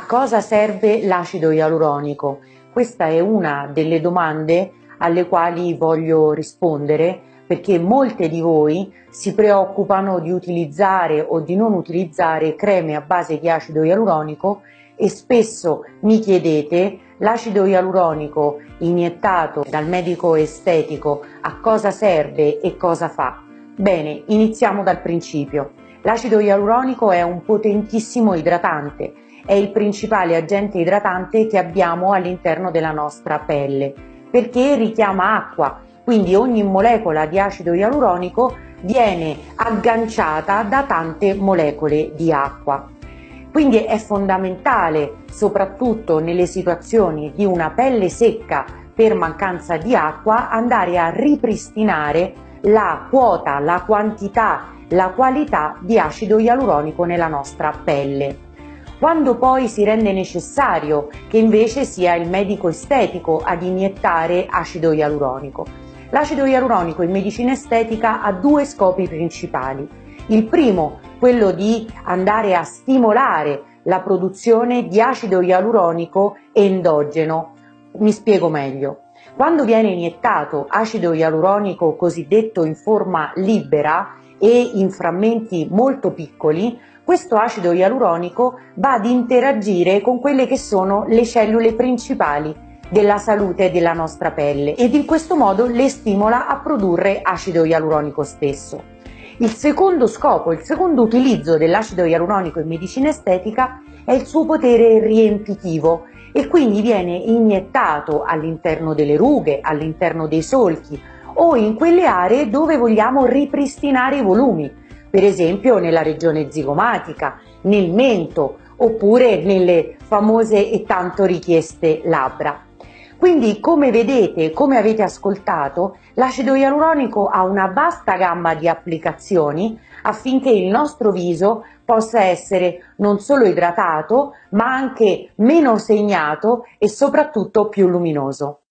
A cosa serve l'acido ialuronico? Questa è una delle domande alle quali voglio rispondere, perché molte di voi si preoccupano di utilizzare o di non utilizzare creme a base di acido ialuronico e spesso mi chiedete: l'acido ialuronico iniettato dal medico estetico a cosa serve e cosa fa? Bene, iniziamo dal principio. L'acido ialuronico è un potentissimo idratante, è il principale agente idratante che abbiamo all'interno della nostra pelle, perché richiama acqua, quindi ogni molecola di acido ialuronico viene agganciata da tante molecole di acqua. Quindi è fondamentale, soprattutto nelle situazioni di una pelle secca per mancanza di acqua, andare a ripristinare la quota, la quantità, la qualità di acido ialuronico nella nostra pelle. Quando poi si rende necessario che invece sia il medico estetico ad iniettare acido ialuronico. L'acido ialuronico in medicina estetica ha due scopi principali. Il primo, quello di andare a stimolare la produzione di acido ialuronico endogeno. Mi spiego meglio. Quando viene iniettato acido ialuronico cosiddetto in forma libera e in frammenti molto piccoli, questo acido ialuronico va ad interagire con quelle che sono le cellule principali della salute della nostra pelle ed in questo modo le stimola a produrre acido ialuronico stesso. Il secondo scopo, il secondo utilizzo dell'acido ialuronico in medicina estetica è il suo potere riempitivo e quindi viene iniettato all'interno delle rughe, all'interno dei solchi o in quelle aree dove vogliamo ripristinare i volumi, per esempio nella regione zigomatica, nel mento oppure nelle famose e tanto richieste labbra. Quindi, come vedete, come avete ascoltato, l'acido ialuronico ha una vasta gamma di applicazioni affinché il nostro viso possa essere non solo idratato, ma anche meno segnato e soprattutto più luminoso.